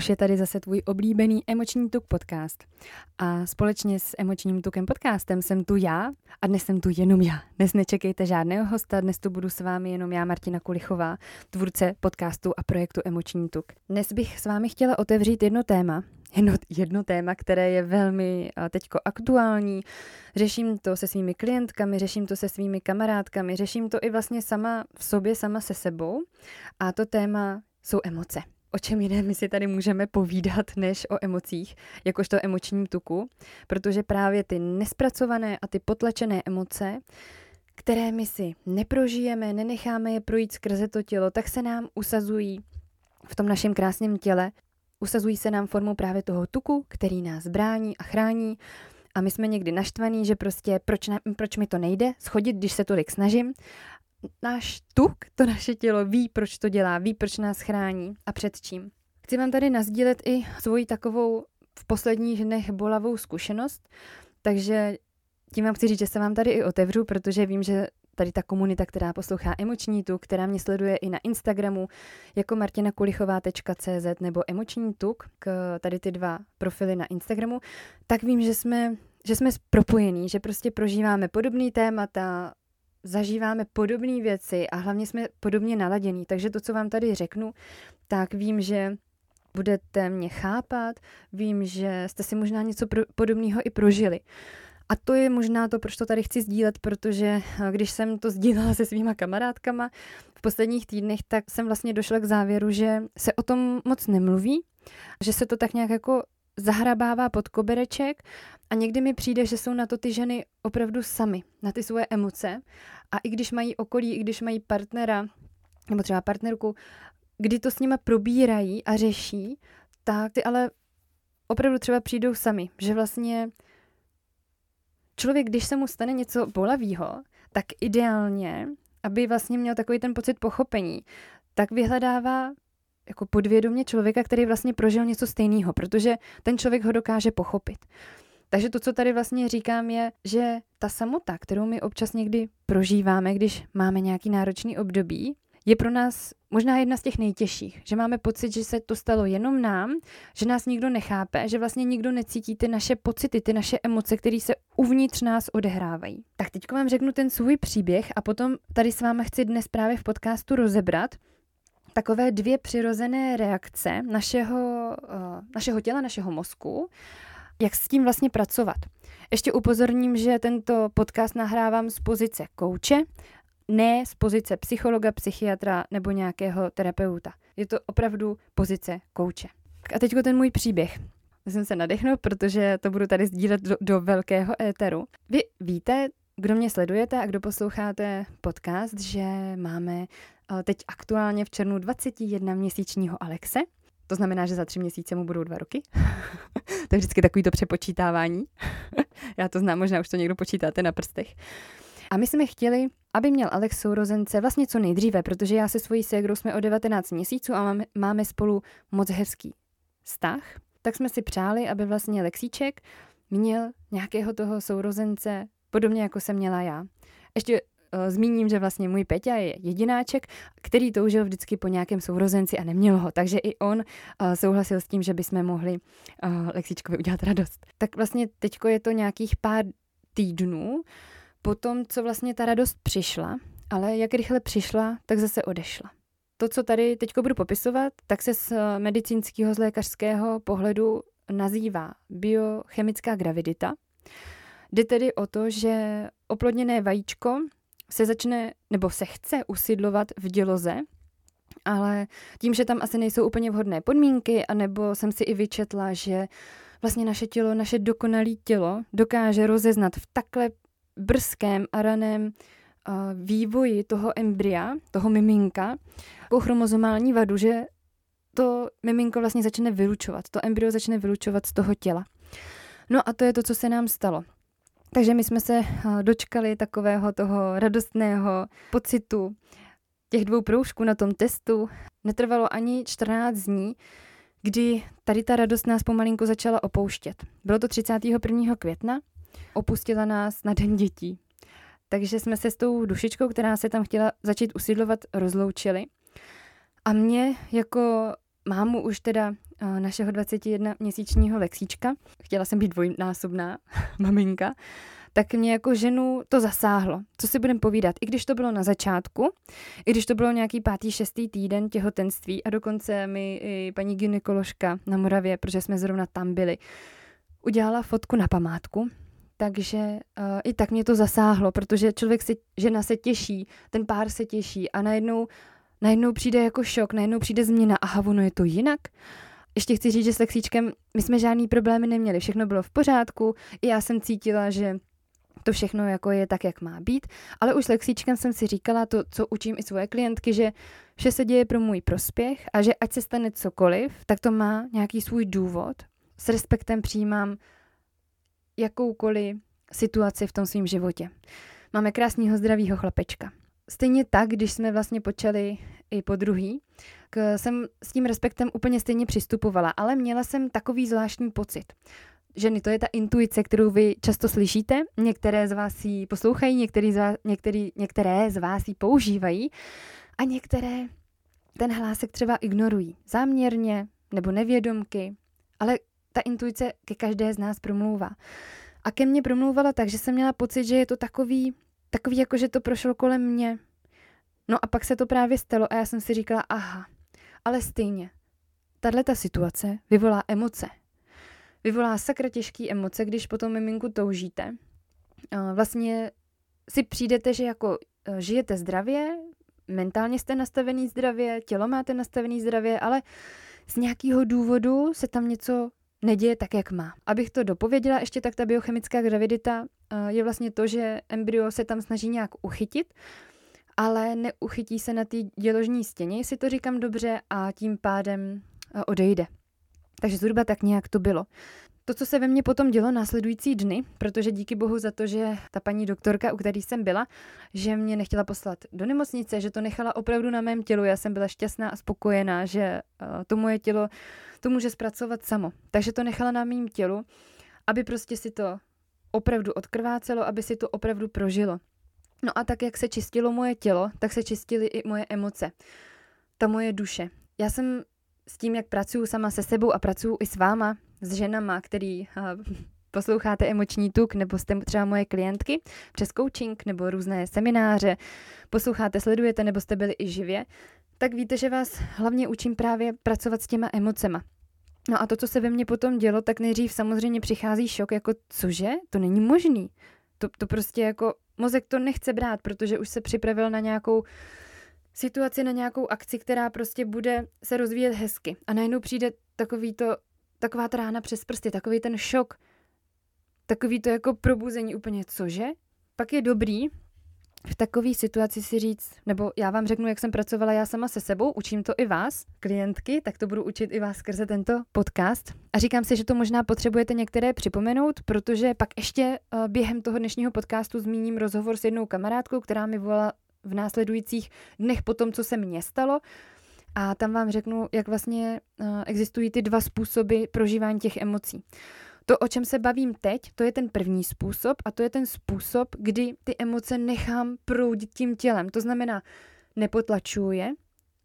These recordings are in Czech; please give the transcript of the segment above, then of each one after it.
Už je tady zase tvůj oblíbený Emoční tuk podcast. A společně s Emočním tukem podcastem jsem tu já a dnes jsem tu jenom já. Dnes nečekejte žádného hosta, dnes tu budu s vámi jenom já, Martina Kulichová, tvůrce podcastu a projektu Emoční tuk. Dnes bych s vámi chtěla otevřít jedno téma, které je velmi teďko aktuální. Řeším to se svými klientkami, řeším to se svými kamarádkami, řeším to i vlastně sama v sobě, sama se sebou. A to téma jsou emoce. O čem jiném my si tady můžeme povídat, než o emocích, jakožto emočním tuku, protože právě ty nespracované a ty potlačené emoce, které my si neprožijeme, nenecháme je projít skrze to tělo, tak se nám usazují v tom našem krásném těle, usazují se nám formou právě toho tuku, který nás brání a chrání a my jsme někdy naštvaní, že prostě proč mi to nejde schodit, když se tolik snažím. Náš tuk, to naše tělo ví, proč to dělá, ví, proč nás chrání a před čím. Chci vám tady nasdílet i svoji takovou v posledních dnech bolavou zkušenost, takže tím vám chci říct, že se vám tady i otevřu, protože vím, že tady ta komunita, která poslouchá Emoční tuk, která mě sleduje i na Instagramu jako martinakulichová.cz nebo Emoční tuk, tady ty dva profily na Instagramu, tak vím, že jsme propojení, že prostě prožíváme podobný témata, zažíváme podobné věci a hlavně jsme podobně naladění. Takže to, co vám tady řeknu, tak vím, že budete mě chápat, vím, že jste si možná něco podobného i prožili. A to je možná to, proč to tady chci sdílet, protože když jsem to sdílela se svýma kamarádkama v posledních týdnech, tak jsem vlastně došla k závěru, že se o tom moc nemluví, že se to tak nějak jako zahrabává pod kobereček a někdy mi přijde, že jsou na to ty ženy opravdu samy, na ty svoje emoce a i když mají okolí, i když mají partnera nebo třeba partnerku, kdy to s nima probírají a řeší, tak ty ale opravdu třeba přijdou sami, že vlastně člověk, když se mu stane něco bolavýho, tak ideálně, aby vlastně měl takový ten pocit pochopení, tak vyhledává jako podvědomě člověka, který vlastně prožil něco stejného, protože ten člověk ho dokáže pochopit. Takže to, co tady vlastně říkám, je, že ta samota, kterou my občas někdy prožíváme, když máme nějaký náročný období, je pro nás možná jedna z těch nejtěžších, že máme pocit, že se to stalo jenom nám, že nás nikdo nechápe, že vlastně nikdo necítí ty naše pocity, ty naše emoce, které se uvnitř nás odehrávají. Tak teďko vám řeknu ten svůj příběh a potom tady s vámi chci dnes právě v podcastu rozebrat takové dvě přirozené reakce našeho těla, našeho mozku, jak s tím vlastně pracovat. Ještě upozorním, že tento podcast nahrávám z pozice kouče, ne z pozice psychologa, psychiatra nebo nějakého terapeuta. Je to opravdu pozice kouče. A teďko ten můj příběh. Musím se nadechnout, protože to budu tady sdílet do velkého éteru. Vy víte, kdo mě sledujete a kdo posloucháte podcast, že máme teď aktuálně v červnu 21-měsíčního Alexe. To znamená, že za 3 měsíce mu budou 2 roky. To je vždycky takový to přepočítávání. Já to znám, možná už to někdo počítáte na prstech. A my jsme chtěli, aby měl Alex sourozence vlastně co nejdříve, protože já se svojí ségrou jsme o 19 měsíců a máme spolu moc hezký vztah. Tak jsme si přáli, aby vlastně Lexíček měl nějakého toho sourozence, podobně jako jsem měla já. Ještě zmíním, že vlastně můj Peťa je jedináček, který toužil vždycky po nějakém sourozenci a neměl ho, takže i on souhlasil s tím, že bychom mohli Lexíčkovi udělat radost. Tak vlastně teďko je to nějakých pár týdnů po tom, co vlastně ta radost přišla, ale jak rychle přišla, tak zase odešla. To, co tady teďko budu popisovat, tak se z medicínského, z lékařského pohledu nazývá biochemická gravidita. Jde tedy o to, že oplodněné vajíčko se začne nebo se chce usidlovat v děloze, ale tím, že tam asi nejsou úplně vhodné podmínky, anebo jsem si i vyčetla, že vlastně naše tělo, naše dokonalé tělo dokáže rozeznat v takhle brzkém a raném vývoji toho embrya, toho miminka, takovou chromozomální vadu, že to miminko vlastně začne vylučovat, to embryo začne vylučovat z toho těla. No a to je to, co se nám stalo. Takže my jsme se dočkali takového toho radostného pocitu těch 2 proužků na tom testu. Netrvalo ani 14 dní, kdy tady ta radost nás pomalinku začala opouštět. Bylo to 31. května, opustila nás na Den dětí. Takže jsme se s tou dušičkou, která se tam chtěla začít usidlovat, rozloučili. A mě jako mámu už teda našeho 21-měsíčního Lexíčka, chtěla jsem být dvojnásobná maminka, tak mě jako ženu to zasáhlo. Co si budem povídat? I když to bylo na začátku, i když to bylo nějaký 5., 6. týden těhotenství a dokonce mi i paní gynekoložka na Moravě, protože jsme zrovna tam byli, udělala fotku na památku, takže i tak mě to zasáhlo, protože žena se těší, ten pár se těší a najednou přijde jako šok, najednou přijde změna, aha, ono je to jinak. Ještě chci říct, že s Lexíčkem my jsme žádný problémy neměli, všechno bylo v pořádku, i já jsem cítila, že to všechno jako je tak, jak má být, ale už s Lexíčkem jsem si říkala to, co učím i svoje klientky, že vše se děje pro můj prospěch a že ať se stane cokoliv, tak to má nějaký svůj důvod. S respektem přijímám jakoukoliv situaci v tom svém životě. Máme krásného zdravýho chlapečka. Stejně tak, když jsme vlastně počali i po druhý, jsem s tím respektem úplně stejně přistupovala, ale měla jsem takový zvláštní pocit. Ženy, to je ta intuice, kterou vy často slyšíte, některé z vás ji poslouchají, některé z vás ji používají a některé ten hlásek třeba ignorují. Záměrně nebo nevědomky, ale ta intuice ke každé z nás promlouvá. A ke mně promlouvala tak, že jsem měla pocit, že je to takový jako, že to prošlo kolem mě. No a pak se to právě stalo a já jsem si říkala, aha, ale stejně, tato situace vyvolá emoce. Vyvolá sakra těžký emoce, když po tom miminku toužíte. Vlastně si přijdete, že jako žijete zdravě, mentálně jste nastavený zdravě, tělo máte nastavený zdravě, ale z nějakého důvodu se tam něco neděje tak, jak má. Abych to dopověděla ještě, tak ta biochemická gravidita je vlastně to, že embryo se tam snaží nějak uchytit, ale neuchytí se na té děložní stěně, jestli to říkám dobře, a tím pádem odejde. Takže zhruba tak nějak to bylo. To, co se ve mně potom dělo následující dny, protože díky bohu za to, že ta paní doktorka, u které jsem byla, že mě nechtěla poslat do nemocnice, že to nechala opravdu na mém tělu. Já jsem byla šťastná a spokojená, že to moje tělo to může zpracovat samo. Takže to nechala na mém tělu, aby prostě si to opravdu odkrvácelo, aby si to opravdu prožilo. No a tak, jak se čistilo moje tělo, tak se čistily i moje emoce. Ta moje duše. Já jsem s tím, jak pracuji sama se sebou a pracuji i s váma, s ženama, který posloucháte Emoční tuk, nebo jste třeba moje klientky přes coaching nebo různé semináře, posloucháte, sledujete, nebo jste byli i živě, tak víte, že vás hlavně učím právě pracovat s těma emocema. No a to, co se ve mně potom dělo, tak nejdřív samozřejmě přichází šok, jako cože? To není možný. To prostě jako mozek to nechce brát, protože už se připravil na nějakou situaci, na nějakou akci, která prostě bude se rozvíjet hezky. A najednou přijde taková ta rána přes prsty, takový ten šok, takový to jako probuzení úplně, cože? Pak je dobrý v takové situaci si říct, nebo já vám řeknu, jak jsem pracovala já sama se sebou, učím to i vás, klientky, tak to budu učit i vás skrze tento podcast. A říkám si, že to možná potřebujete některé připomenout, protože pak ještě během toho dnešního podcastu zmíním rozhovor s jednou kamarádkou, která mi volala v následujících dnech po tom, co se mně stalo. A tam vám řeknu, jak vlastně existují ty dva způsoby prožívání těch emocí. To, o čem se bavím teď, to je ten první způsob a to je ten způsob, kdy ty emoce nechám proudit tím tělem. To znamená, nepotlačuji je,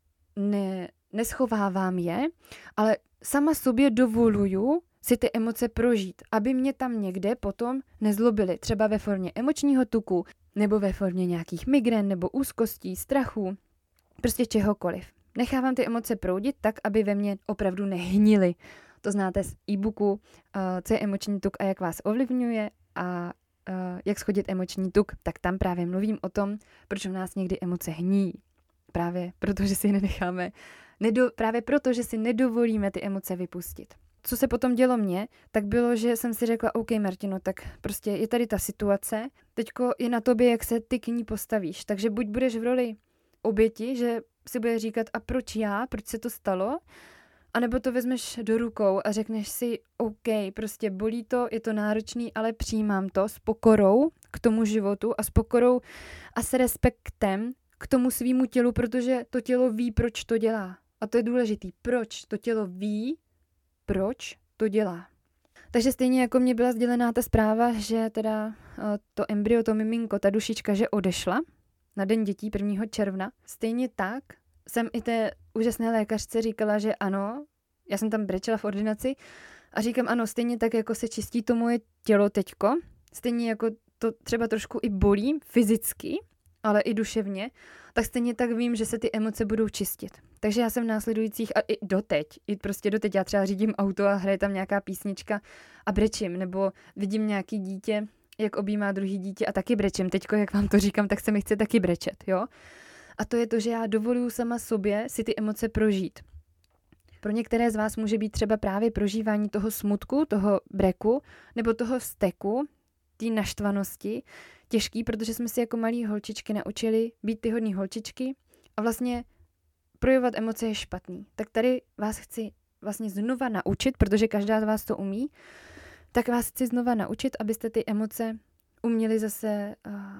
neschovávám je, ale sama sobě dovoluju si ty emoce prožít, aby mě tam někde potom nezlobily. Třeba ve formě emočního tuku, nebo ve formě nějakých migrén, nebo úzkostí, strachu, prostě čehokoliv. Nechávám ty emoce proudit tak, aby ve mně opravdu nehnily. To znáte z e-booku, co je emoční tuk a jak vás ovlivňuje a jak schodit emoční tuk, tak tam právě mluvím o tom, proč v nás někdy emoce hní. Právě protože si nenecháme, právě proto, že si nedovolíme ty emoce vypustit. Co se potom dělo mně, tak bylo, že jsem si řekla, OK, Martino, tak prostě je tady ta situace, teďko je na tobě, jak se ty k ní postavíš. Takže buď budeš v roli oběti, že si budeš říkat, a proč já, proč se to stalo, a nebo to vezmeš do rukou a řekneš si, OK, prostě bolí to, je to náročný, ale přijímám to s pokorou k tomu životu a s pokorou a s respektem k tomu svýmu tělu, protože to tělo ví, proč to dělá. A to je důležitý, proč to tělo ví, proč to dělá. Takže stejně jako mě byla sdělená ta zpráva, že teda to embryo, to miminko, ta dušička, že odešla na Den dětí 1. června, stejně tak jsem i té úžasné lékařce říkala, že ano, já jsem tam brečela v ordinaci a říkám, ano, stejně tak, jako se čistí to moje tělo teďko, stejně jako to třeba trošku i bolí fyzicky, ale i duševně, tak stejně tak vím, že se ty emoce budou čistit. Takže já jsem v následujících, a i doteď, já třeba řídím auto a hraje tam nějaká písnička a brečím, nebo vidím nějaký dítě, jak objímá druhý dítě a taky brečím. Teďko, jak vám to říkám, tak se mi chce taky brečet, jo? A to je to, že já dovoluju sama sobě si ty emoce prožít. Pro některé z vás může být třeba právě prožívání toho smutku, toho breku, nebo toho vzteku, té naštvanosti, těžký, protože jsme si jako malí holčičky naučili být ty hodný holčičky a vlastně projevovat emoce je špatný. Tak tady vás chci vlastně znova naučit, protože každá z vás to umí, tak vás chci znova naučit, abyste ty emoce uměli zase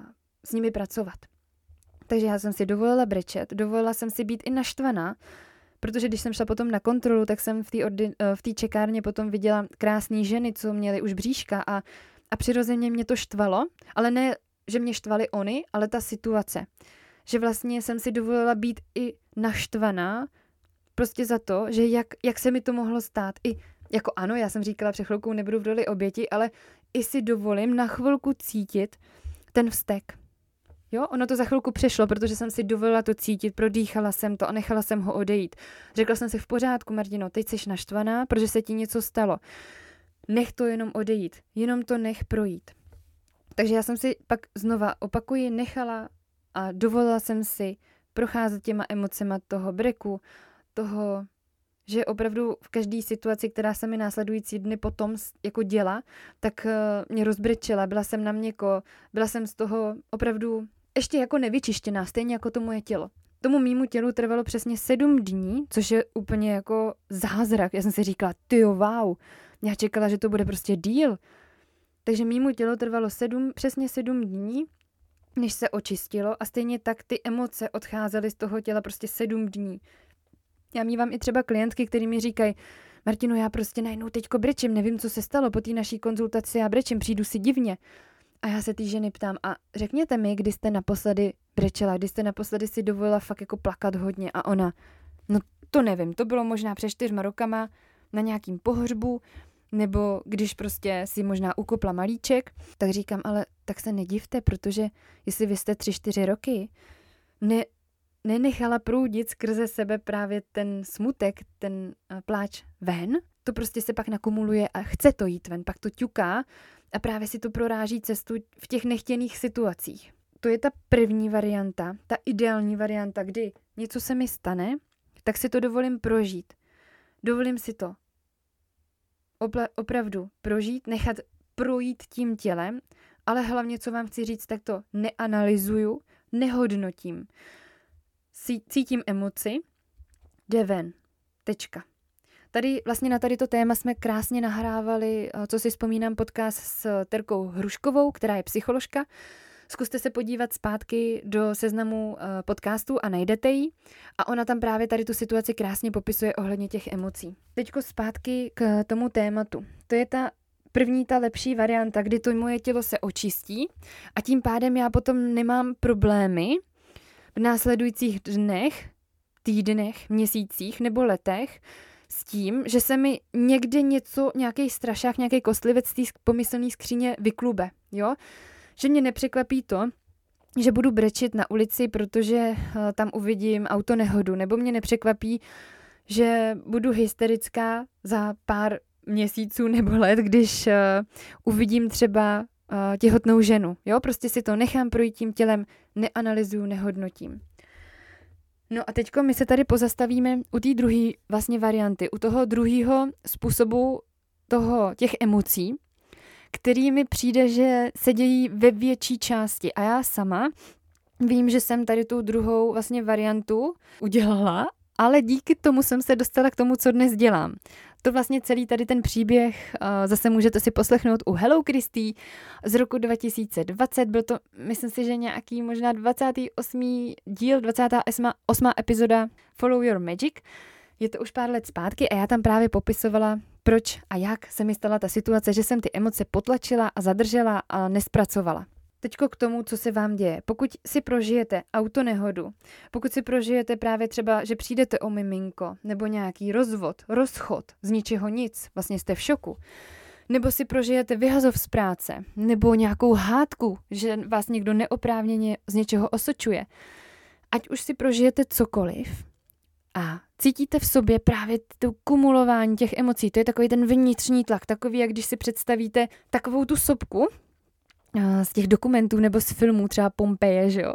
s nimi pracovat. Takže já jsem si dovolila brečet, dovolila jsem si být i naštvaná, protože když jsem šla potom na kontrolu, tak jsem v té čekárně potom viděla krásné ženy, co měly už bříška a přirozeně mě to štvalo, ale ne, že mě štvaly oni, ale ta situace. Že vlastně jsem si dovolila být i naštvaná prostě za to, že jak se mi to mohlo stát. I jako ano, já jsem říkala před chvilkou, nebudu v roli oběti, ale i si dovolím na chvilku cítit ten vztek. Jo, ono to za chvilku přešlo, protože jsem si dovolila to cítit, prodýchala jsem to a nechala jsem ho odejít. Řekla jsem si v pořádku, Martino, teď jsi naštvaná, protože se ti něco stalo. Nech to jenom odejít, jenom to nech projít. Takže já jsem si pak znova nechala a dovolila jsem si procházet těma emocema toho breku, toho, že opravdu v každé situaci, která se mi následující dny potom jako děla, tak mě rozbrečela, byla jsem na měko, byla jsem z toho opravdu ještě jako nevyčištěná, stejně jako to moje tělo. Tomu mýmu tělu trvalo přesně 7 dní, což je úplně jako zázrak. Já jsem si říkala, tyjo, wow, já čekala, že to bude prostě díl. Takže mýmu tělo trvalo přesně 7 dní, než se očistilo a stejně tak ty emoce odcházely z toho těla prostě 7 dní. Já mívám i třeba klientky, který mi říkají, Martino, já prostě najednou teďko brečím, nevím, co se stalo, po té naší konzultaci já brečím, přijdu si divně. A já se té ženy ptám, a řekněte mi, kdy jste naposledy brečela, kdy jste naposledy si dovolila fakt jako plakat hodně a ona, no to nevím, to bylo možná před 4 rokama na nějakým pohřbu, nebo když prostě si možná ukopla malíček, tak říkám, ale tak se nedivte, protože jestli vy jste 3-4 roky nenechala proudit skrze sebe právě ten smutek, ten pláč ven, to prostě se pak nakumuluje a chce to jít ven, pak to ťuká a právě si to proráží cestu v těch nechtěných situacích. To je ta první varianta, ta ideální varianta, kdy něco se mi stane, tak si to dovolím prožít. Dovolím si to opravdu prožít, nechat projít tím tělem, ale hlavně, co vám chci říct, tak to neanalyzuju, nehodnotím. Cítím emoci, jde ven. Tečka. Tady vlastně na tady to téma jsme krásně nahrávali, co si vzpomínám, podcast s Terkou Hruškovou, která je psycholožka. Zkuste se podívat zpátky do seznamu podcastů a najdete ji. A ona tam právě tady tu situaci krásně popisuje ohledně těch emocí. Teďko zpátky k tomu tématu. To je ta lepší varianta, kdy to moje tělo se očistí a tím pádem já potom nemám problémy v následujících dnech, týdnech, měsících nebo letech s tím, že se mi někde nějaký strašák, nějaký kostlivec z té pomyslné skříně vyklube, jo? Že mě nepřekvapí to, že budu brečet na ulici, protože tam uvidím autonehodu, nebo mě nepřekvapí, že budu hysterická za pár měsíců nebo let, když uvidím třeba těhotnou ženu. Jo? Prostě si to nechám projít tím tělem, neanalyzuju, nehodnotím. No a teďko my se tady pozastavíme u té druhé vlastně varianty, u toho druhého způsobu těch emocí, který mi přijde, že se dějí ve větší části. A já sama vím, že jsem tady tu druhou vlastně variantu udělala, ale díky tomu jsem se dostala k tomu, co dnes dělám. To vlastně celý tady ten příběh zase můžete si poslechnout u Hello Kristy z roku 2020. Byl to, myslím si, že nějaký možná 28. díl, 28. epizoda Follow Your Magic. Je to už pár let zpátky a já tam právě popisovala, proč a jak se mi stala ta situace, že jsem ty emoce potlačila a zadržela a nespracovala. teďko k tomu, co se vám děje. Pokud si prožijete autonehodu, pokud si prožijete právě třeba, že přijdete o miminko, nebo nějaký rozvod, rozchod, z ničeho nic, vlastně jste v šoku, nebo si prožijete vyhazov z práce, nebo nějakou hádku, že vás někdo neoprávněně z něčeho osočuje, ať už si prožijete cokoliv a cítíte v sobě právě to kumulování těch emocí, to je takový ten vnitřní tlak, takový, jak když si představíte takovou tu sopku z těch dokumentů nebo z filmů, třeba Pompeje, že jo,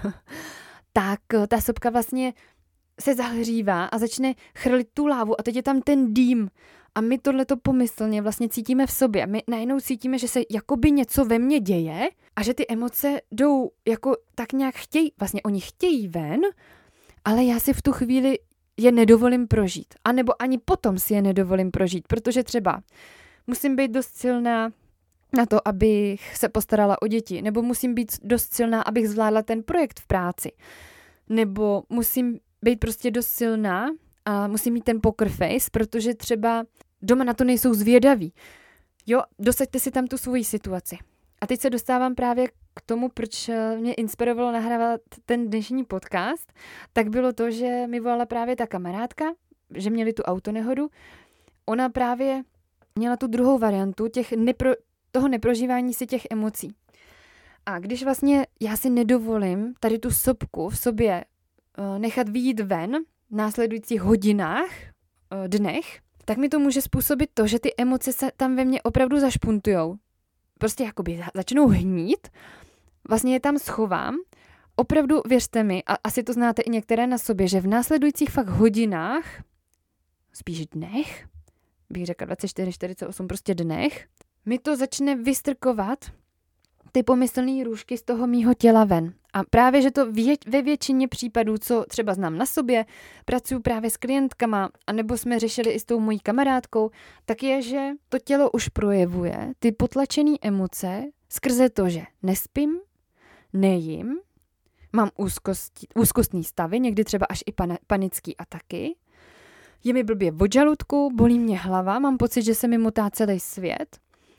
tak ta sopka vlastně se zahřívá a začne chrlit tu lávu a teď je tam ten dým a my tohleto pomyslně vlastně cítíme v sobě. My najednou cítíme, že se jakoby něco ve mně děje a že ty emoce jdou jako tak nějak chtějí, vlastně oni chtějí ven, ale já si v tu chvíli je nedovolím prožít. A nebo ani potom si je nedovolím prožít, protože třeba musím být dost silná na to, abych se postarala o děti, nebo musím být dost silná, abych zvládla ten projekt v práci, nebo musím být prostě dost silná a musím mít ten poker face, protože třeba doma na to nejsou zvědaví. Jo, dosaďte si tam tu svoji situaci. A teď se dostávám právě k tomu, proč mě inspirovalo nahrávat ten dnešní podcast, tak bylo to, že mi volala právě ta kamarádka, že měli tu autonehodu. Ona právě měla tu druhou variantu toho neprožívání si těch emocí. A když vlastně já si nedovolím tady tu sopku v sobě nechat vyjít ven v následujících hodinách, dnech, tak mi to může způsobit to, že ty emoce se tam ve mně opravdu zašpuntujou. Prostě jakoby začnou hnít, vlastně je tam schovám. Opravdu věřte mi, a asi to znáte i některé na sobě, že v následujících fakt hodinách, spíš dnech, bych řekla 24, 48, prostě dnech, mi to začne vystrkovat ty pomyslné růžky z toho mýho těla ven. A právě, že to ve většině případů, co třeba znám na sobě, pracuji právě s klientkama, anebo jsme řešili i s tou mojí kamarádkou, tak je, že to tělo už projevuje ty potlačené emoce skrze to, že nespím, nejím, mám úzkostní stavy, někdy třeba až i panický ataky, je mi blbě od žaludku, bolí mě hlava, mám pocit, že se mi motá celý svět.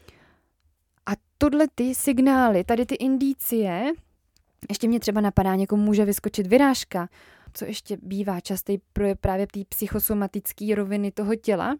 A tohle ty signály, tady ty indicie, ještě mě třeba napadá, někomu může vyskočit vyrážka, co ještě bývá častý projev právě té psychosomatické roviny toho těla.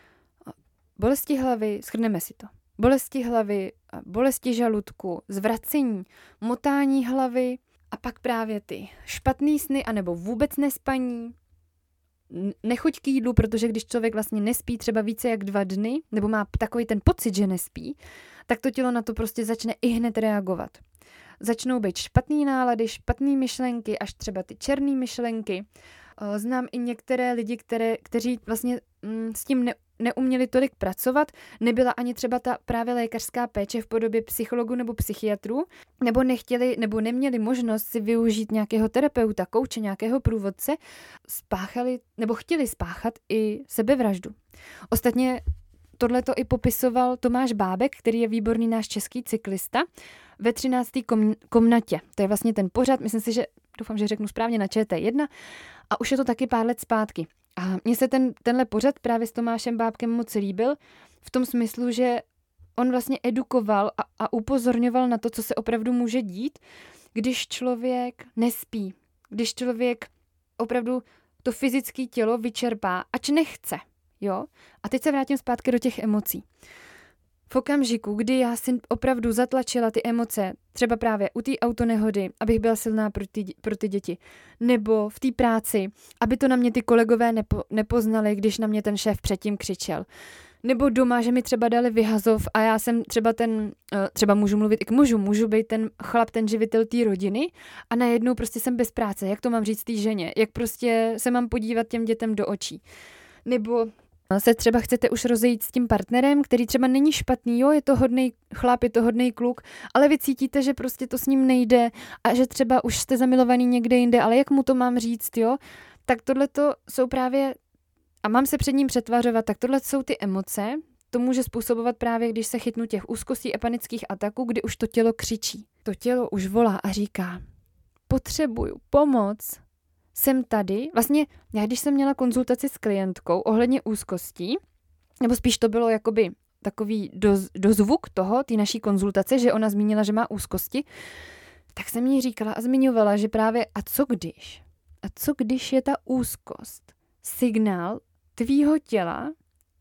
Bolesti hlavy, shrneme si to. Bolesti hlavy, bolesti žaludku, zvracení, motání hlavy a pak právě ty špatný sny anebo vůbec nespaní, nechuť k jídlu, protože když člověk vlastně nespí třeba více jak 2 dny, nebo má takový ten pocit, že nespí, tak to tělo na to prostě začne i hned reagovat. Začnou být špatný nálady, špatný myšlenky, až třeba ty černé myšlenky. Znám i některé lidi, kteří vlastně s tím neuměli tolik pracovat, nebyla ani třeba ta právě lékařská péče v podobě psychologů nebo psychiatrů, nebo nechtěli, nebo neměli možnost si využít nějakého terapeuta, kouče, nějakého průvodce, spáchali, nebo chtěli spáchat i sebevraždu. Ostatně tohleto i popisoval Tomáš Bábek, který je výborný náš český cyklista, ve 13. komnatě. To je vlastně ten pořad, myslím si, že doufám, že řeknu správně, na ČT1 a už je to taky pár let zpátky. A mně se tenhle pořad právě s Tomášem Bábkem moc líbil v tom smyslu, že on vlastně edukoval a upozorňoval na to, co se opravdu může dít, když člověk nespí, když člověk opravdu to fyzické tělo vyčerpá, ač nechce. Jo? A teď se vrátím zpátky do těch emocí. V okamžiku, kdy já si opravdu zatlačila ty emoce, třeba právě u té autonehody, abych byla silná pro ty děti, nebo v té práci, aby to na mě ty kolegové nepoznali, když na mě ten šéf předtím křičel. Nebo doma, že mi třeba dali vyhazov a já jsem třeba můžu mluvit i k mužu, můžu být ten chlap, ten živitel té rodiny a najednou prostě jsem bez práce. Jak to mám říct té ženě? Jak prostě se mám podívat těm dětem do očí? Nebo se třeba chcete už rozejít s tím partnerem, který třeba není špatný, jo, je to hodnej chlap, je to hodnej kluk, ale vy cítíte, že prostě to s ním nejde a že třeba už jste zamilovaný někde jinde, ale jak mu to mám říct, jo? Tak tohleto jsou právě, a mám se před ním přetvařovat, tak tohle jsou ty emoce, to může způsobovat právě, když se chytnu těch úzkostí a panických ataků, kdy už to tělo křičí. To tělo už volá a říká, potřebuju pomoc, jsem tady. Vlastně já, když jsem měla konzultaci s klientkou ohledně úzkostí, nebo spíš to bylo jakoby takový dozvuk toho, té naší konzultace, že ona zmínila, že má úzkosti, tak jsem jí říkala a zmiňovala, že právě a co když je ta úzkost signál tvýho těla,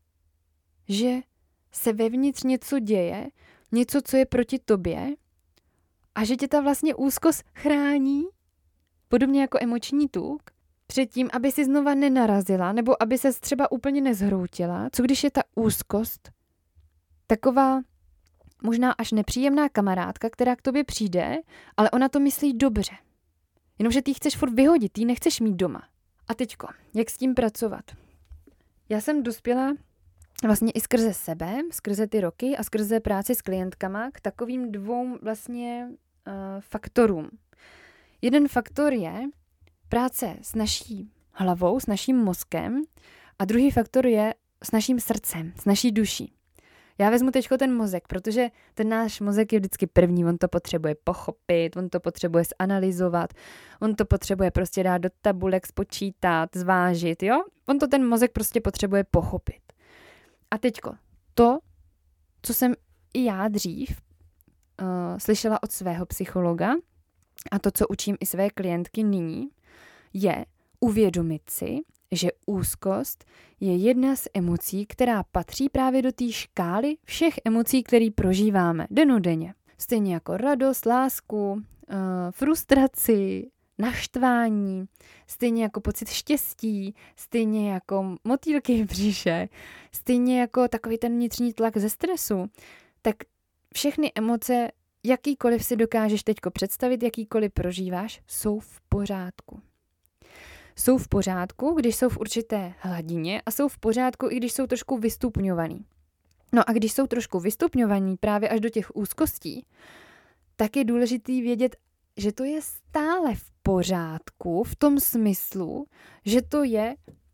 že se vevnitř něco děje, něco, co je proti tobě a že tě ta vlastně úzkost chrání, podobně jako emoční tuk, před tím, aby si znova nenarazila nebo aby se třeba úplně nezhroutila. Co když je ta úzkost taková možná až nepříjemná kamarádka, která k tobě přijde, ale ona to myslí dobře. Jenomže ty ji chceš furt vyhodit, ty ji nechceš mít doma. A teďko, jak s tím pracovat? Já jsem dospěla vlastně i skrze sebe, skrze ty roky a skrze práci s klientkama k takovým dvou vlastně faktorům. Jeden faktor je práce s naší hlavou, s naším mozkem a druhý faktor je s naším srdcem, s naší duší. Já vezmu teďko ten mozek, protože ten náš mozek je vždycky první, on to potřebuje pochopit, on to potřebuje zanalyzovat, on to potřebuje prostě dát do tabulek, spočítat, zvážit, jo? On to ten mozek prostě potřebuje pochopit. A teďko, to, co jsem i já dřív slyšela od svého psychologa a to, co učím i své klientky nyní, je uvědomit si, že úzkost je jedna z emocí, která patří právě do té škály všech emocí, které prožíváme dennodenně. Stejně jako radost, lásku, frustraci, naštvání, stejně jako pocit štěstí, stejně jako motýlky v břiše, stejně jako takový ten vnitřní tlak ze stresu, tak všechny emoce, jakýkoliv si dokážeš teďko představit, jakýkoliv prožíváš, jsou v pořádku. Jsou v pořádku, když jsou v určité hladině a jsou v pořádku, i když jsou trošku vystupňovaný. No a když jsou trošku vystupňovaný právě až do těch úzkostí, tak je důležitý vědět, že to je stále v pořádku v tom smyslu, že to je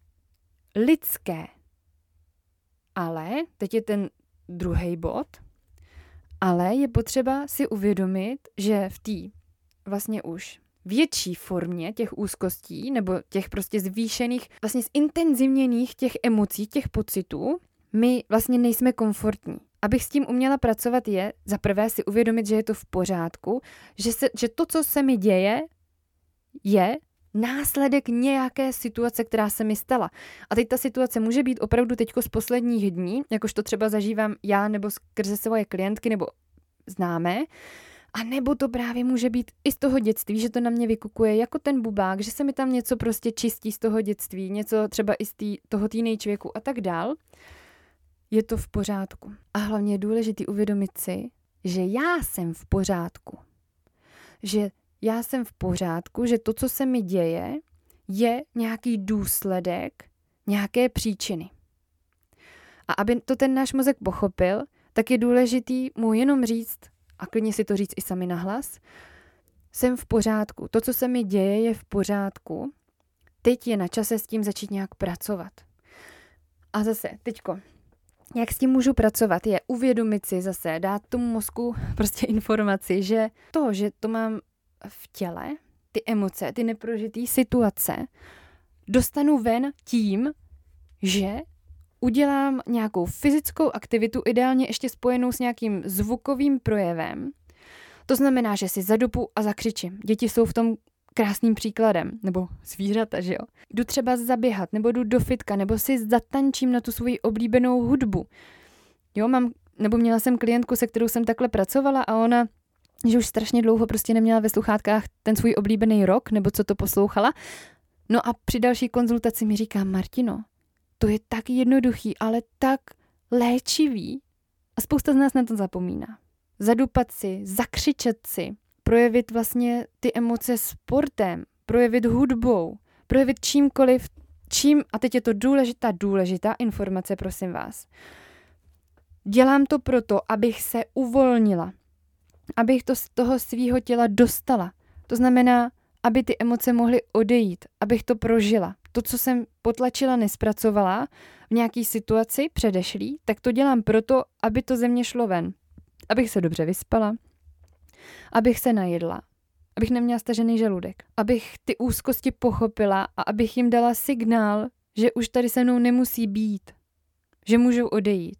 lidské. Ale, teď je ten druhý bod, ale je potřeba si uvědomit, že v té vlastně už větší formě těch úzkostí nebo těch prostě zvýšených, vlastně zintenzivněných těch emocí, těch pocitů, my vlastně nejsme komfortní. Abych s tím uměla pracovat je za prvé si uvědomit, že je to v pořádku, že to, co se mi děje, je následek nějaké situace, která se mi stala. A teď ta situace může být opravdu teďko z posledních dní, jakož to třeba zažívám já nebo skrze svoje klientky nebo známé, a nebo to právě může být i z toho dětství, že to na mě vykukuje jako ten bubák, že se mi tam něco prostě čistí z toho dětství, něco třeba i z toho teenage věku a tak dál. Je to v pořádku. A hlavně je důležité uvědomit si, že já jsem v pořádku. Že já jsem v pořádku, že to, co se mi děje, je nějaký důsledek, nějaké příčiny. A aby to ten náš mozek pochopil, tak je důležitý mu jenom říct, a klidně si to říct i sami nahlas, jsem v pořádku. To, co se mi děje, je v pořádku. Teď je na čase s tím začít nějak pracovat. A zase, teďko, jak s tím můžu pracovat, je uvědomit si zase, dát tomu mozku prostě informaci, že to mám v těle, ty emoce, ty neprožitý situace, dostanu ven tím, že udělám nějakou fyzickou aktivitu, ideálně ještě spojenou s nějakým zvukovým projevem. To znamená, že si zadupu a zakřičím. Děti jsou v tom krásným příkladem, nebo zvířata, že jo. Jdu třeba zaběhat, nebo jdu do fitka, nebo si zatančím na tu svoji oblíbenou hudbu. Jo, měla jsem klientku, se kterou jsem takhle pracovala a ona, že už strašně dlouho prostě neměla ve sluchátkách ten svůj oblíbený rock, nebo co to poslouchala. No a při další konzultaci mi říká, Martino, to je tak jednoduchý, ale tak léčivý. A spousta z nás na to zapomíná. Zadupat si, zakřičet si, projevit vlastně ty emoce sportem, projevit hudbou, projevit čímkoliv, a teď je to důležitá informace, prosím vás. Dělám to proto, abych se uvolnila, abych to z toho svýho těla dostala. To znamená, aby ty emoce mohly odejít, abych to prožila. To, co jsem potlačila, nespracovala v nějaký situaci předešlý, tak to dělám proto, aby to ze mě šlo ven. Abych se dobře vyspala, abych se najedla, abych neměla stažený žaludek, abych ty úzkosti pochopila a abych jim dala signál, že už tady se mnou nemusí být, že můžou odejít.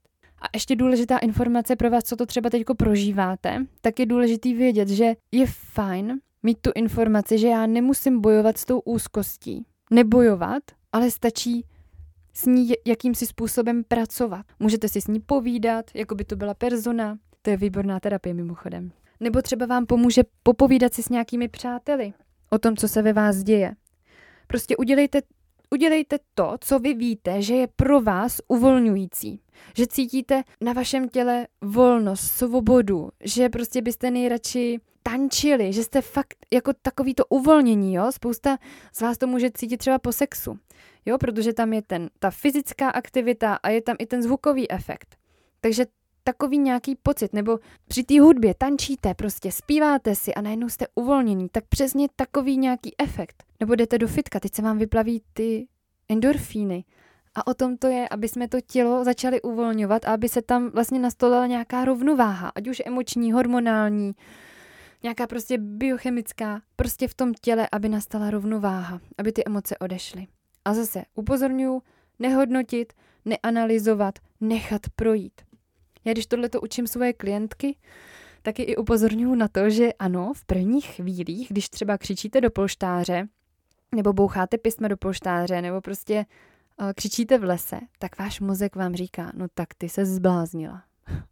A ještě důležitá informace pro vás, co to třeba teďko prožíváte, tak je důležitý vědět, že je fajn mít tu informaci, že já nemusím bojovat s tou úzkostí. Nebojovat, ale stačí s ní jakýmsi způsobem pracovat. Můžete si s ní povídat, jako by to byla persona. To je výborná terapie mimochodem. Nebo třeba vám pomůže popovídat si s nějakými přáteli o tom, co se ve vás děje. Prostě udělejte to, co vy víte, že je pro vás uvolňující. Že cítíte na vašem těle volnost, svobodu, že prostě byste nejradši tančili, že jste fakt jako takový to uvolnění, jo? Spousta z vás to může cítit třeba po sexu, jo? Protože tam je ta fyzická aktivita a je tam i ten zvukový efekt. Takže takový nějaký pocit, nebo při té hudbě tančíte, prostě zpíváte si a najednou jste uvolnění, tak přesně takový nějaký efekt. Nebo jdete do fitka, teď se vám vyplaví ty endorfíny. A o tom to je, aby jsme to tělo začali uvolňovat a aby se tam vlastně nastolila nějaká rovnováha, ať už emoční, hormonální, nějaká prostě biochemická, prostě v tom těle, aby nastala rovnováha, aby ty emoce odešly. A zase upozorňuji, nehodnotit, neanalyzovat, nechat projít. Já když tohleto učím svoje klientky, taky i upozorňuji na to, že ano, v prvních chvílích, když třeba křičíte do polštáře, nebo boucháte písma do polštáře, nebo prostě křičíte v lese, tak váš mozek vám říká, no tak ty se zbláznila.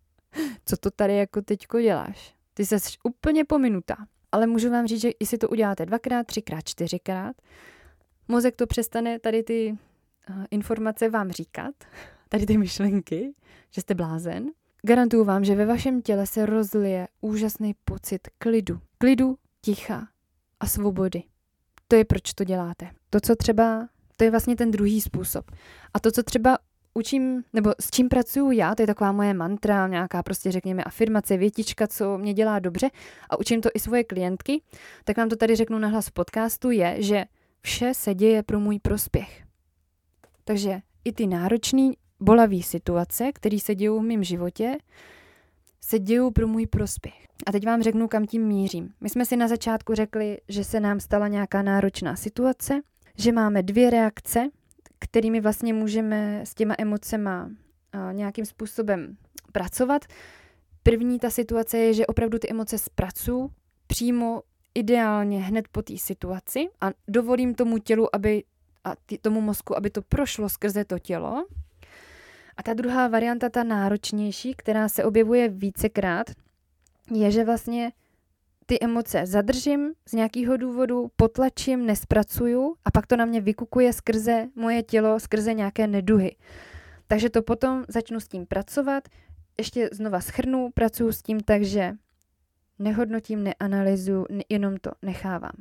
Co to tady jako teďko děláš? Ty ses úplně pominutá. Ale můžu vám říct, že jestli to uděláte 2x, 3x, 4x, mozek to přestane tady ty informace vám říkat, tady ty myšlenky, že jste blázen. Garantuju vám, že ve vašem těle se rozlije úžasný pocit klidu. Klidu, ticha a svobody. To je, proč to děláte. To je vlastně ten druhý způsob. A to, co třeba učím, nebo s čím pracuju já, to je taková moje mantra, nějaká prostě řekněme afirmace, větička, co mě dělá dobře a učím to i svoje klientky, tak vám to tady řeknu nahlas v podcastu, je, že vše se děje pro můj prospěch. Takže i ty náročný, bolavý situace, které se dějou v mém životě, se dějou pro můj prospěch. A teď vám řeknu, kam tím mířím. My jsme si na začátku řekli, že se nám stala nějaká náročná situace, že máme 2 reakce, kterými vlastně můžeme s těma emocema nějakým způsobem pracovat. První ta situace je, že opravdu ty emoce zpracuju přímo ideálně hned po té situaci a dovolím tomu tělu, tomu mozku, aby to prošlo skrze to tělo. A ta druhá varianta, ta náročnější, která se objevuje vícekrát, je, že vlastně ty emoce zadržím z nějakého důvodu, potlačím, nespracuju a pak to na mě vykukuje skrze moje tělo, skrze nějaké neduhy. Takže to potom začnu s tím pracovat, ještě znova shrnu, pracuju s tím, takže nehodnotím, neanalyzuju, jenom to nechávám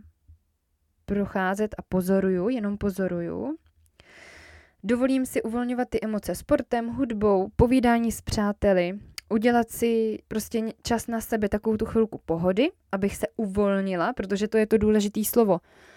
procházet a pozoruju, jenom pozoruju. Dovolím si uvolňovat ty emoce sportem, hudbou, povídání s přáteli, udělat si prostě čas na sebe, takovou tu chvilku pohody, abych se uvolnila, protože to je to důležité slovo.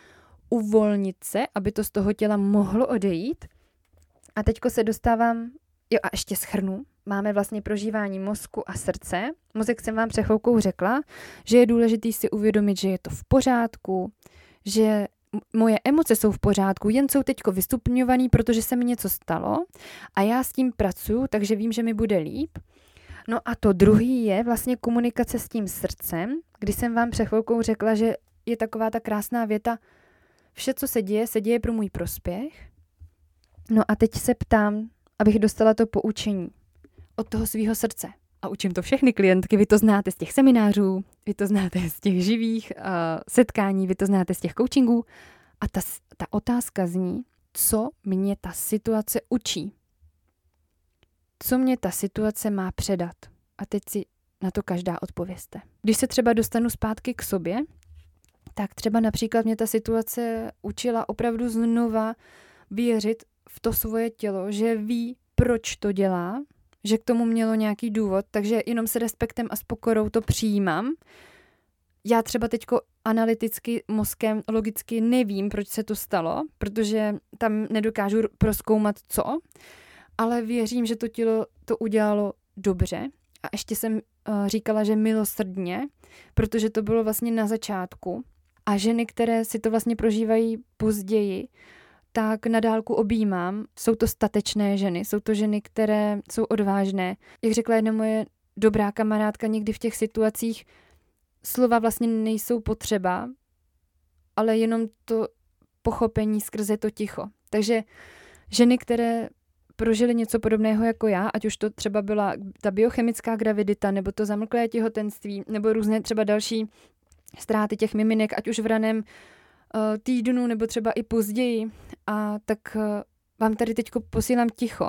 Uvolnit se, aby to z toho těla mohlo odejít. A teďko se dostávám, a ještě shrnu, máme vlastně prožívání mozku a srdce. Mozek jsem vám před chvilkou řekla, že je důležité si uvědomit, že je to v pořádku, že moje emoce jsou v pořádku, jen jsou teďko vystupňovaný, protože se mi něco stalo a já s tím pracuju, takže vím, že mi bude líp. No a to druhý je vlastně komunikace s tím srdcem, kdy jsem vám před chvilkou řekla, že je taková ta krásná věta, vše, co se děje pro můj prospěch. No a teď se ptám, abych dostala to poučení od toho svého srdce. A učím to všechny klientky, vy to znáte z těch seminářů, vy to znáte z těch živých setkání, vy to znáte z těch coachingů. A ta otázka zní, co mě ta situace učí. Co mě ta situace má předat? A teď si na to každá odpovězte. Když se třeba dostanu zpátky k sobě, tak třeba například mě ta situace učila opravdu znova věřit v to svoje tělo, že ví, proč to dělá, že k tomu mělo nějaký důvod, takže jenom s respektem a s pokorou to přijímám. Já třeba teďko analyticky, mozkem, logicky nevím, proč se to stalo, protože tam nedokážu prozkoumat co, ale věřím, že to tělo to udělalo dobře. A ještě jsem říkala, že milosrdně, protože to bylo vlastně na začátku. A ženy, které si to vlastně prožívají později, tak na dálku objímám. Jsou to statečné ženy, jsou to ženy, které jsou odvážné. Jak řekla jedna moje dobrá kamarádka, někdy v těch situacích slova vlastně nejsou potřeba, ale jenom to pochopení skrze to ticho. Takže ženy, které prožily něco podobného jako já, ať už to třeba byla ta biochemická gravidita, nebo to zamlklé těhotenství, nebo různé třeba další ztráty těch miminek, ať už v raném týdnu, nebo třeba i později. A tak vám tady teďko posílám ticho.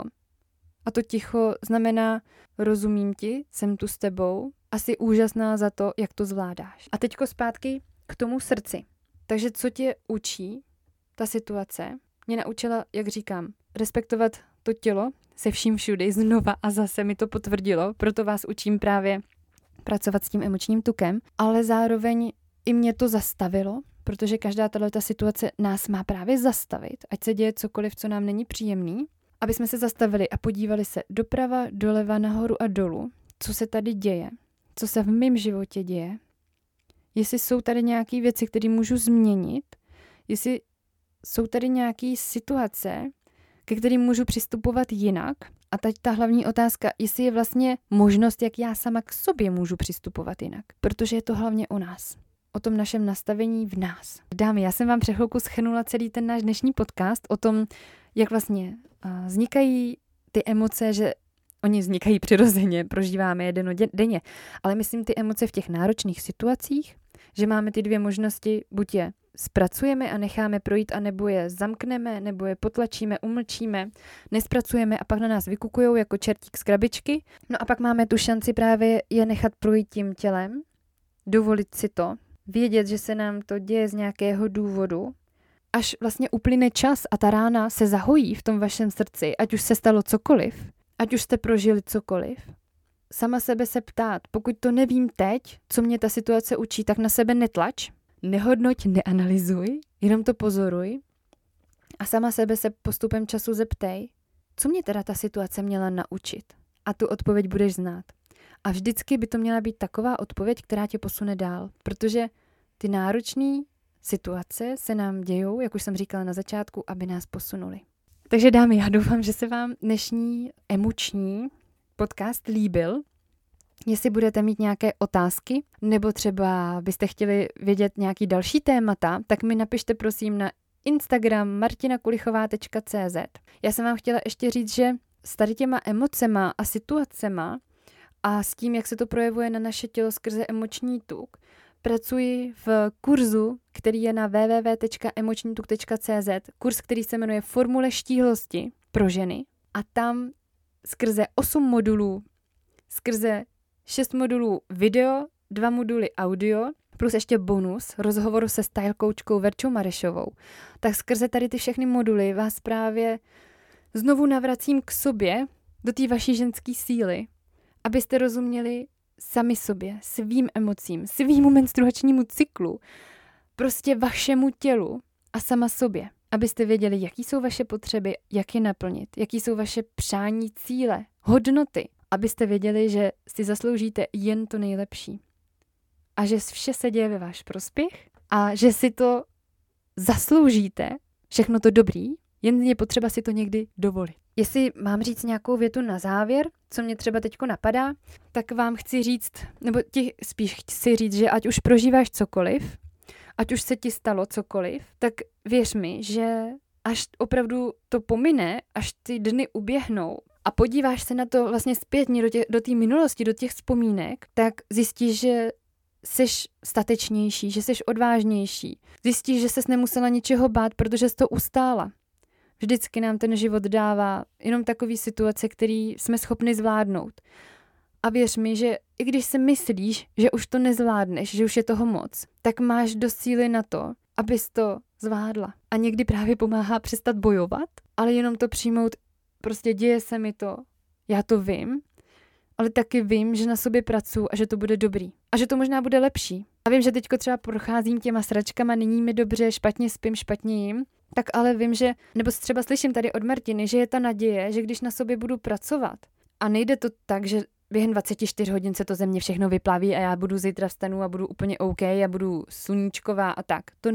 A to ticho znamená, rozumím ti, jsem tu s tebou a jsi úžasná za to, jak to zvládáš. A teďko zpátky k tomu srdci. Takže co tě učí ta situace? Mě naučila, jak říkám, respektovat to tělo se vším všudy znova a zase mi to potvrdilo, proto vás učím právě pracovat s tím emočním tukem, ale zároveň i mě to zastavilo, protože každá tato situace nás má právě zastavit, ať se děje cokoliv, co nám není příjemný, aby jsme se zastavili a podívali se doprava, doleva, nahoru a dolů, co se tady děje, co se v mém životě děje, jestli jsou tady nějaké věci, které můžu změnit, jestli jsou tady nějaké situace, ke kterým můžu přistupovat jinak. A teď ta hlavní otázka, jestli je vlastně možnost, jak já sama k sobě můžu přistupovat jinak. Protože je to hlavně o nás. O tom našem nastavení v nás. Dámy, já jsem vám před chvilkou shrnula celý ten náš dnešní podcast o tom, jak vlastně vznikají ty emoce, že oni vznikají přirozeně, prožíváme je denně. Ale myslím ty emoce v těch náročných situacích, že máme ty dvě možnosti, buď je zpracujeme a necháme projít, anebo je zamkneme, nebo je potlačíme, umlčíme, nespracujeme a pak na nás vykukujou jako čertík z krabičky. No a pak máme tu šanci právě je nechat projít tím tělem, dovolit si to, vědět, že se nám to děje z nějakého důvodu, až vlastně uplyne čas a ta rána se zahojí v tom vašem srdci, ať už se stalo cokoliv, ať už jste prožili cokoliv. Sama sebe se ptát, pokud to nevím teď, co mě ta situace učí, tak na sebe netlač, nehodnoť, neanalyzuj, jenom to pozoruj a sama sebe se postupem času zeptej, co mě teda ta situace měla naučit. A tu odpověď budeš znát. A vždycky by to měla být taková odpověď, která tě posune dál, protože ty náročné situace se nám dějou, jak už jsem říkala na začátku, aby nás posunuli. Takže dámy, já doufám, že se vám dnešní emoční podcast líbil. Jestli budete mít nějaké otázky, nebo třeba byste chtěli vědět nějaký další témata, tak mi napište prosím na Instagram martinakulichová.cz. Já jsem vám chtěla ještě říct, že s tady těma emocema a situacema a s tím, jak se to projevuje na naše tělo skrze emoční tuk, pracuji v kurzu, který je na www.emočnituk.cz, kurz, který se jmenuje Formule štíhlosti pro ženy a tam skrze 8 modulů, skrze 6 modulů video, 2 moduly audio, plus ještě bonus, rozhovor se style coachkou Verčou Marešovou. Tak skrze tady ty všechny moduly vás právě znovu navracím k sobě, do té vaší ženské síly, abyste rozuměli sami sobě, svým emocím, svýmu menstruačnímu cyklu, prostě vašemu tělu a sama sobě. Abyste věděli, jaký jsou vaše potřeby, jak je naplnit, jaký jsou vaše přání, cíle, hodnoty. Abyste věděli, že si zasloužíte jen to nejlepší. A že vše se děje ve váš prospěch a že si to zasloužíte, všechno to dobrý, jen je potřeba si to někdy dovolit. Jestli mám říct nějakou větu na závěr, co mě třeba teďko napadá, tak vám chci říct, nebo ti spíš chci říct, že ať už prožíváš cokoliv, ať už se ti stalo cokoliv, tak věř mi, že až opravdu to pomine, až ty dny uběhnou a podíváš se na to vlastně zpětně do té minulosti, do těch vzpomínek, tak zjistíš, že seš statečnější, že seš odvážnější. Zjistíš, že ses nemusela ničeho bát, protože jsi to ustála. Vždycky nám ten život dává jenom takové situace, které jsme schopni zvládnout. A věř mi, že i když si myslíš, že už to nezvládneš, že už je toho moc, tak máš dost síly na to, abys to zvládla. A někdy právě pomáhá přestat bojovat, ale jenom to přijmout, prostě děje se mi to, já to vím, ale taky vím, že na sobě pracuji a že to bude dobrý. A že to možná bude lepší. A vím, že teďko třeba procházím těma sračkama, není mi dobře, špatně spím, špatně jím, tak ale vím, že, nebo třeba slyším tady od Martiny, že je ta naděje, že když na sobě budu pracovat a nejde to tak, že během 24 hodin se to ze mě všechno vyplaví a já budu zítra vstanu a budu úplně OK a budu sluníčková a tak. To ne.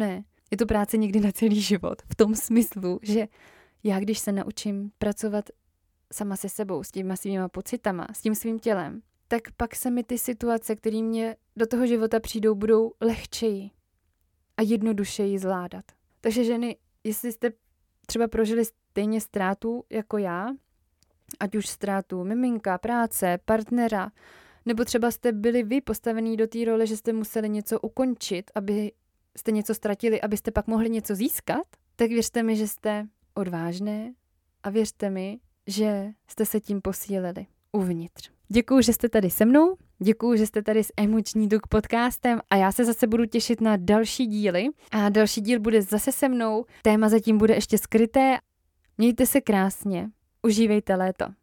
Je to práce někdy na celý život. V tom smyslu, že já když se naučím pracovat sama se sebou, s těma svýma pocitama, s tím svým tělem, tak pak se mi ty situace, které mě do toho života přijdou, budou lehčeji a jednodušeji zvládat. Takže ženy, jestli jste třeba prožili stejně ztrátu jako já, ať už ztrátu miminka, práce, partnera, nebo třeba jste byli vy postavený do té role, že jste museli něco ukončit, aby jste něco ztratili, abyste pak mohli něco získat, tak věřte mi, že jste odvážné a věřte mi, že jste se tím posílili uvnitř. Děkuju, že jste tady se mnou, děkuju, že jste tady s Emoční tuk podcastem a já se zase budu těšit na další díly a další díl bude zase se mnou, téma zatím bude ještě skryté. Mějte se krásně, užívejte léto.